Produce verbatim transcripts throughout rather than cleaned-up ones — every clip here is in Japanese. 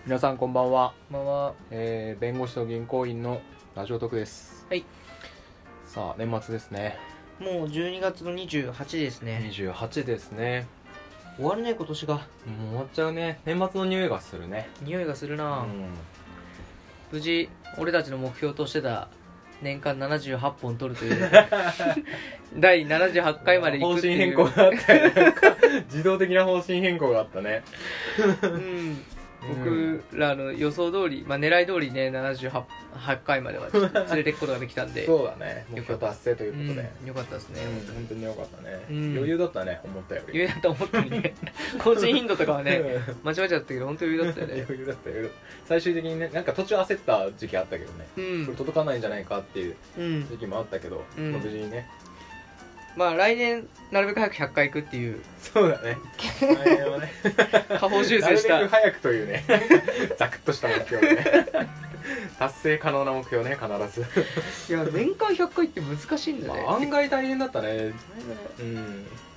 皆さんこんばんは。 こんばんは。 えー、弁護士と銀行員のラジオトークです。 はい。 さあ年末ですね。 もうじゅうにがつのにじゅうはちですね。 にじゅうはちですね。 終わるね今年が。 もう終わっちゃうね。年末の匂いがするね。 匂いがするな、 うん、 無事俺たちの目標としてた年間ななじゅうはっぽん取るというだいななじゅうはちかいまで行くっていう方針変更があったよ。なんか自動的な方針変更があったね。 うん僕らの予想通り、まあ、狙い通りねななじゅうはちかいまではちょっと連れていくことができたんでそうだね。目標達成ということで、 うん、よかったですね、 うん、本当によかったね、 うん、 余裕だったね、思ったより。 余裕だった思ったよりね更新頻度とかはね間違えちゃったけど本当余裕だったよね。 余裕だったよ。最終的にね、なんか途中焦った時期あったけどね、 うん、これ届かないんじゃないかっていう時時期もあったけど、 うん、 無事にね。 まあ来年なるべく早くひゃっかい行くっていう。 そうだね。来年はね下方修正したなるべく早くというねざくっとした目標でね達成可能な目標ね、必ず。いや年間ひゃっかいって難しいんだね、 まあ、案外大変だったね。 ねうんま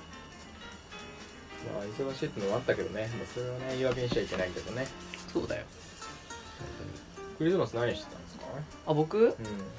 あ忙しいってのもあったけどね、それはね言い訳にしちゃいけないけどね。 そうだよ。 クリスマス何してたんですか？ あ僕うん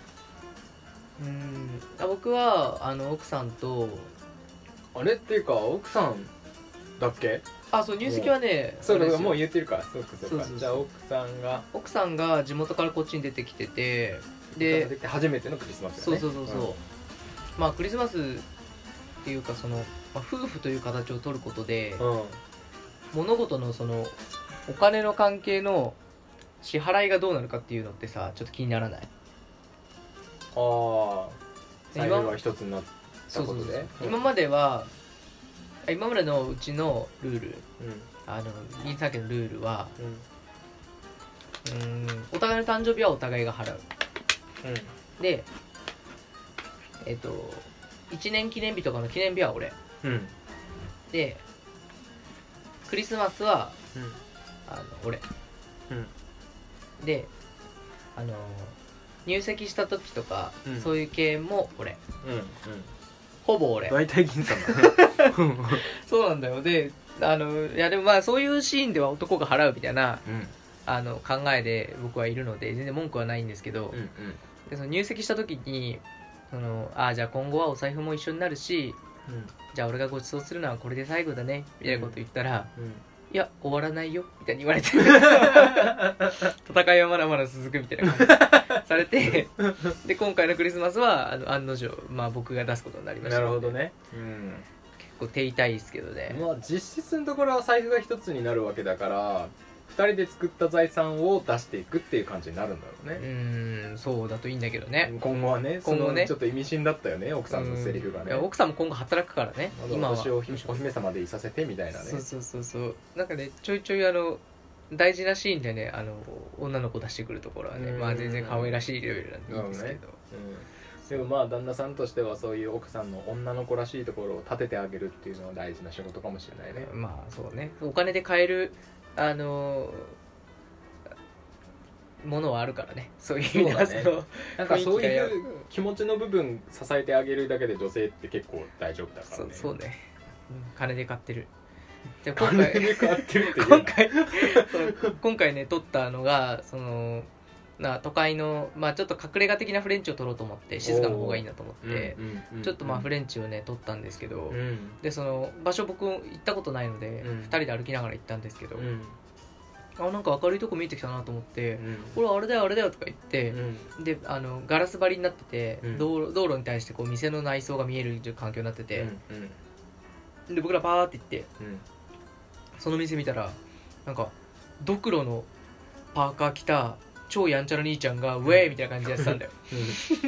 うんあ僕はあの奥さんとあれっていうか奥さんだっけ？ あそう入籍はねそうだ、もうう言ってるからそうかそうか。 そうそうそう。 じゃあ奥さんが奥さんが地元からこっちに出てきてて、でで初めてのクリスマスだよね。 そうそうそうそう、うん、まあクリスマスっていうかその、まあ、夫婦という形を取ることで、うん、物事のそのお金の関係の支払いがどうなるかっていうのってさちょっと気にならない？ ああ財布が一つになったことで。そうそうそう、 うん、今までは今までのうちのルール、うん、あの銀さん家のルールは、うん、うんお互いの誕生日はお互いが払う、うん、でえっといちねん記念日とかの記念日は俺、うん、でクリスマスは、うん、あの俺、うん、であの入籍した時とか、うん、そういう系も俺、うんうん、ほぼ俺。 大体銀さんだねそうなんだよ。であのいやでもまあそういうシーンでは男が払うみたいな、うん、あの考えで僕はいるので全然文句はないんですけど、うんうん、でその入籍した時にそのあじゃあ今後はお財布も一緒になるし、うん、じゃあ俺がご馳走するのはこれで最後だねみたいなこと言ったら、うんうんいや終わらないよみたいに言われて戦いはまだまだ続くみたいな感じされてで今回のクリスマスはあの案の定、まあ、僕が出すことになりました。 なるほどね、うん、 結構手痛いですけどね。 まあ実質のところは財布が一つになるわけだからふたりで作った財産を出していくっていう感じになるんだろうね。 うーんそうだといいんだけどね。 今後はね今後ねちょっと意味深だったよね奥さんのセリフがね。 奥さんも今後働くからね、 今は私をお姫様でいさせてみたいなね。 そうそうそうそうなんかねちょいちょいあの大事なシーンでねあの女の子出してくるところはねまあ全然可愛らしいレベルなんでいいんですけど、ねうん、でもまあ旦那さんとしてはそういう奥さんの女の子らしいところを立ててあげるっていうのは大事な仕事かもしれないね。 まあそうねお金で買えるあのものはあるからねそういう意味では、ね、そのなんかそういう気持ちの部分支えてあげるだけで女性って結構大丈夫だからね。 そう、そうね、うん、金で買ってる。 で今回金で買ってるっていう今回今回ね撮ったのがそのな都会の、まあ、ちょっと隠れ家的なフレンチを撮ろうと思って静かな方がいいなと思って、うんうんうんうん、ちょっとまあフレンチをね撮ったんですけど、うん、でその場所僕行ったことないので、うん、ふたりで歩きながら行ったんですけど、うんあなんか明るいとこ見えてきたなと思って、うん、これあれだよあれだよとか言って、うん、であのガラス張りになってて、うん、道路、道路に対してこう店の内装が見える環境になってて、うんうん、で僕らバーって行って、うん、その店見たらなんかドクロのパーカー着た超やんちゃな兄ちゃんがウェーみたいな感じでやってたんだよ、うん、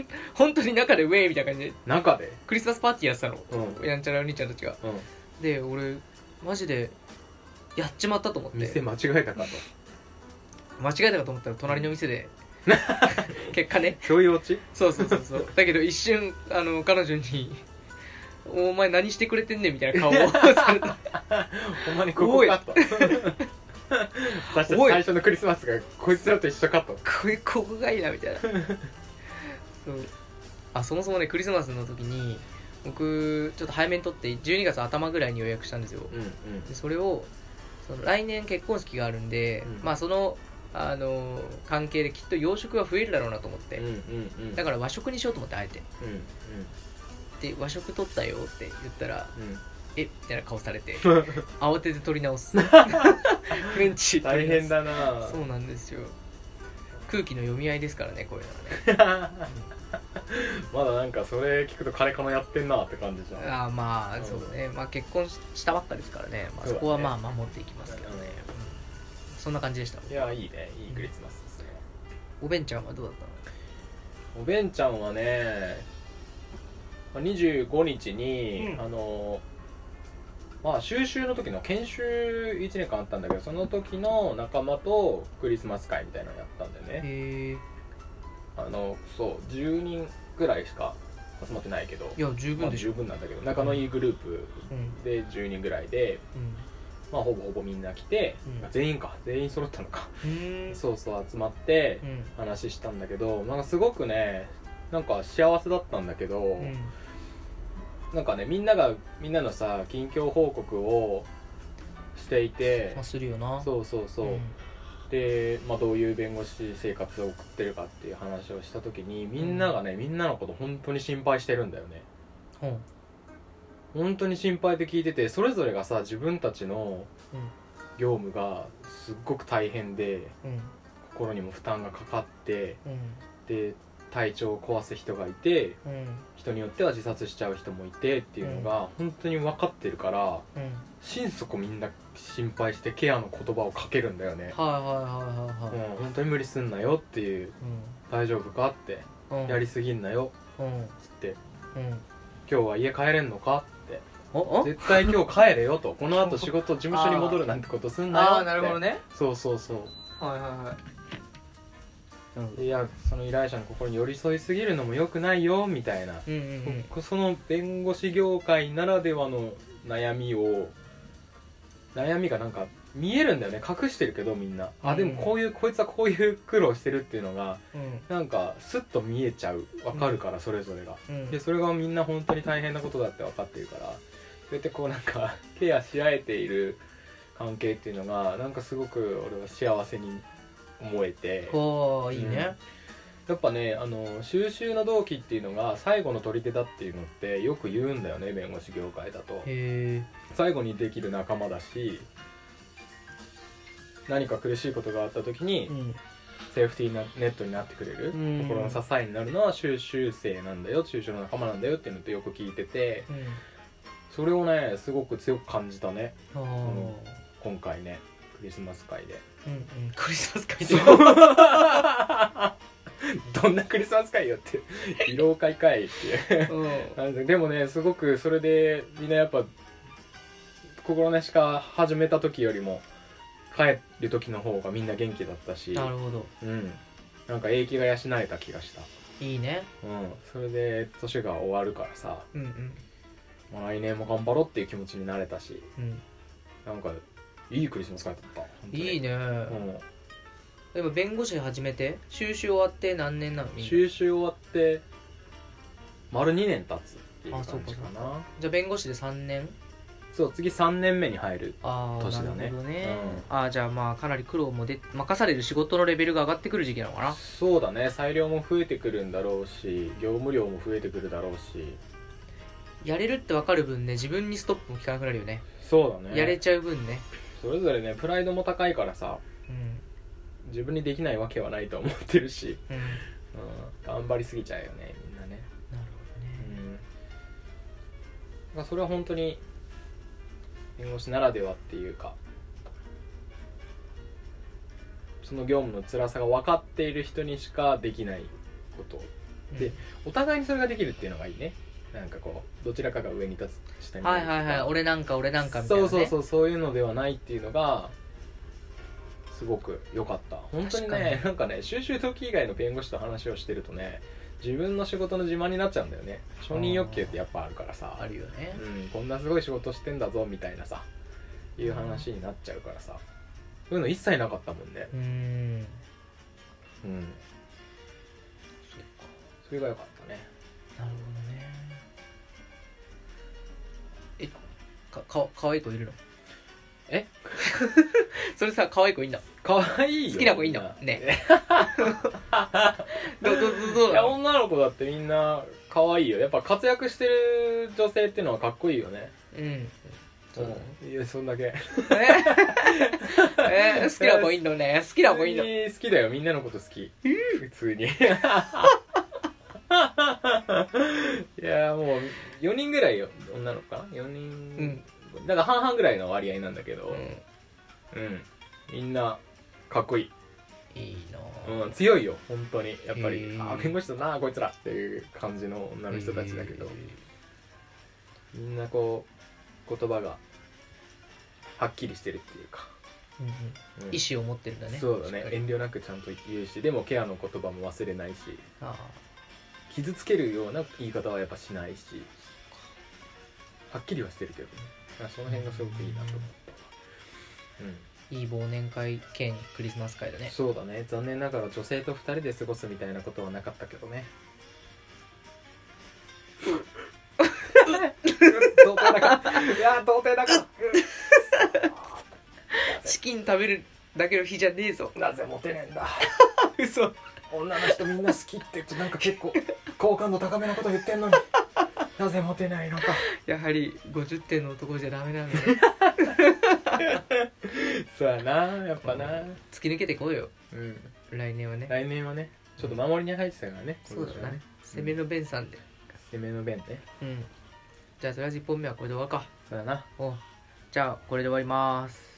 本当に中でウェーみたいな感じで中でクリスマスパーティーやってたの、うん、やんちゃなお兄ちゃんたちが、うん、で俺マジでやっちまったと思って店間違えたかと間違えたかと思ったら隣の店で結果ねそういうオチそうそうそうそうだけど一瞬あの彼女にお前何してくれてんねんみたいな顔をされたほんまにここかと私たち最初のクリスマスがこいつらと一緒かとこここがいいなみたいなそうあそもそもねクリスマスの時に僕ちょっと早めに撮ってじゅうにがつ頭ぐらいに予約したんですよ、うんうん、でそれをその来年結婚式があるんで、うん、まあそのあの関係できっと洋食が増えるだろうなと思って、 うんうんうん、 だから和食にしようと思ってあえて、 うんうん、 で和食取ったよって言ったら、うん、えみたいな顔されて慌てて取り直すフレンチ大変だな。 そうなんですよ、空気の読み合いですからねこういうのはねまだなんかそれ聞くと金かのやってんなって感じじゃん。 あまあ、うん、そうね、まあ結婚したばっかですからね、まあ、そこはまあ守っていきますけどね、うん、そんな感じでした。 いやいいね、いいクリスマスですね、 うん、おべんちゃんはどうだったの？おべんちゃんはねにじゅうごにちに、うん、あのまあ修習の時の研修いちねんかんあったんだけど、その時の仲間とクリスマス会みたいなのやったんだよね。 へえ。 あのそうじゅうにんぐらいしか集まってないけど、 いや十分でしょ、 まあ、十分なんだけど、仲のいいグループでじゅうにんぐらいで、うん、まあほぼほぼみんな来て、うん、全員か全員揃ったのかそうそう集まって話したんだけど、なんかすごくねなんか幸せだったんだけど、うん、なんかねみんながみんなのさ近況報告をしていて、 まあ、するよな。 そうそうそう、うんで、まあ、どういう弁護士生活を送ってるかっていう話をした時にみんながね、うん、みんなのこと本当に心配してるんだよね、うん、本当に心配で聞いてて、それぞれがさ自分たちの業務がすっごく大変で、うん、心にも負担がかかって、うん、で体調を壊す人がいて、うん、人によっては自殺しちゃう人もいてっていうのが本当に分かってるから、うん、心底みんな心配してケアの言葉をかけるんだよね。 はいはいはいはいはい、 うん、本当に無理すんなよっていう、うん、大丈夫かって、うん、やりすぎんなよ、うん、つって、うん、今日は家帰れんのかって絶対今日帰れよとこの後仕事事務所に戻るなんてことすんなよって。 ああなるほどね。 そうそうそうはいはいはいうん、いやその依頼者の心に寄り添いすぎるのも良くないよみたいな、うんうんうん、その弁護士業界ならではの悩みを悩みがなんか見えるんだよね。隠してるけどみんな、うん、あでもこういうこいつはこういう苦労してるっていうのが、うん、なんかスッと見えちゃう分かるから、うん、それぞれが、うん、でそれがみんな本当に大変なことだって分かってるから、そうやってこうなんかケアし合えている関係っていうのがなんかすごく俺は幸せに思えて、 おーいいね、 うん、やっぱねあの修習の同期っていうのが最後の取り手だっていうのってよく言うんだよね、弁護士業界だと。へー、最後にできる仲間だし、何か苦しいことがあった時に、うん、セーフティーネットになってくれる、うん、心の支えになるのは修習生なんだよ、修習の仲間なんだよっていうのってよく聞いてて、うん、それをねすごく強く感じたね、うん、今回ねクリスマス会で、 うんうん、クリスマス会でどんなクリスマス会よって慰労会会っていう、うん、でもねすごくそれでみんなやっぱ心なしか始めた時よりも帰る時の方がみんな元気だったし、 なるほど、 うん、なんか英気が養えた気がした。 いいね、 うん、それで年が終わるからさ、うんうん、まあ、来年も頑張ろうっていう気持ちになれたし、うん、なんかいいクリスマス会だった。 いいね、うん、でも弁護士始めて修習終わって何年なの？ 修習終わって丸にねん経つっていう感じかな。あ、そうかそうか。 じゃあ弁護士でさんねん？ そう次さんねんめに入る年だね。 あ、なるほどね、うん、あじゃあまあかなり苦労もで任される仕事のレベルが上がってくる時期なのかな。 そうだね、裁量も増えてくるんだろうし業務量も増えてくるだろうし、 やれるって分かる分ね自分にストップも効かなくなるよね。 そうだね、 やれちゃう分ねそれぞれねプライドも高いからさ、うん、自分にできないわけはないと思ってるし、うんうん、頑張りすぎちゃうよねみんなね。 なるほどね、 うん、それは本当に弁護士ならではっていうか、その業務の辛さが分かっている人にしかできないこと、うん、でお互いにそれができるっていうのがいいね。なんかこうどちらかが上に立つ下にはいはいはい俺なんか俺なんかみたいな、ね、 そうそうそうそういうのではないっていうのがすごく良かった。本当にね、なんかね修習時以外の弁護士と話をしてるとね自分の仕事の自慢になっちゃうんだよね。承認欲求ってやっぱあるからさ、 あるよね、 うん、こんなすごい仕事してんだぞみたいなさいう話になっちゃうからさ、そういうの一切なかったもんね。うん、うん、そっか、それが良かったね。 なるほどね。えかかかわいい子いるの？ えそれさ可愛い子いんだ。 可愛いよ好きな子いんのねどうどうどうどういや女の子だってみんな可愛いよ。やっぱ活躍してる女性っていうのはかっこいいよね。 うんそういやそんだけえー、好きな子いんのね。好きな子いんの。 好きだよ、みんなのこと好き、普通にいやもうよにんぐらいよ女の子かな、よにん、うん、だから半々ぐらいの割合なんだけど、うん、うん、みんなかっこいい、いいな、うん、強いよ本当にやっぱり、ああ弁護士だなこいつらっていう感じの女の人たちだけど、みんなこう言葉がはっきりしてるっていうか、 うんうん、意思を持ってるんだね。 そうだね、遠慮なくちゃんと言うし、でもケアの言葉も忘れないし、あ傷つけるような言い方はやっぱしないし、はっきりはしてるけどね、その辺がすごくいいなと思った、 うん、いい忘年会兼クリスマス会だね。 そうだね、残念ながら女性とふたりで過ごすみたいなことはなかったけどね童貞だからいや童貞だからチキン食べるだけの日じゃねえぞ。 なぜモテねえんだ嘘。 女の人みんな好きって言ってなんか結構好感度高めなこと言ってんのになぜモテないのか。 やはりごじゅってんの男じゃダメなんだそうやな、やっぱな、 突き抜けてこうよ、 うん、 来年はね。 来年はねちょっと守りに入ってたからね、 うん、そうだね、攻めの弁さんで、 攻めの弁ね。うん、 じゃあとりあえずいっぽんめはこれで終わるか。 そうだな。 おじゃあこれで終わります。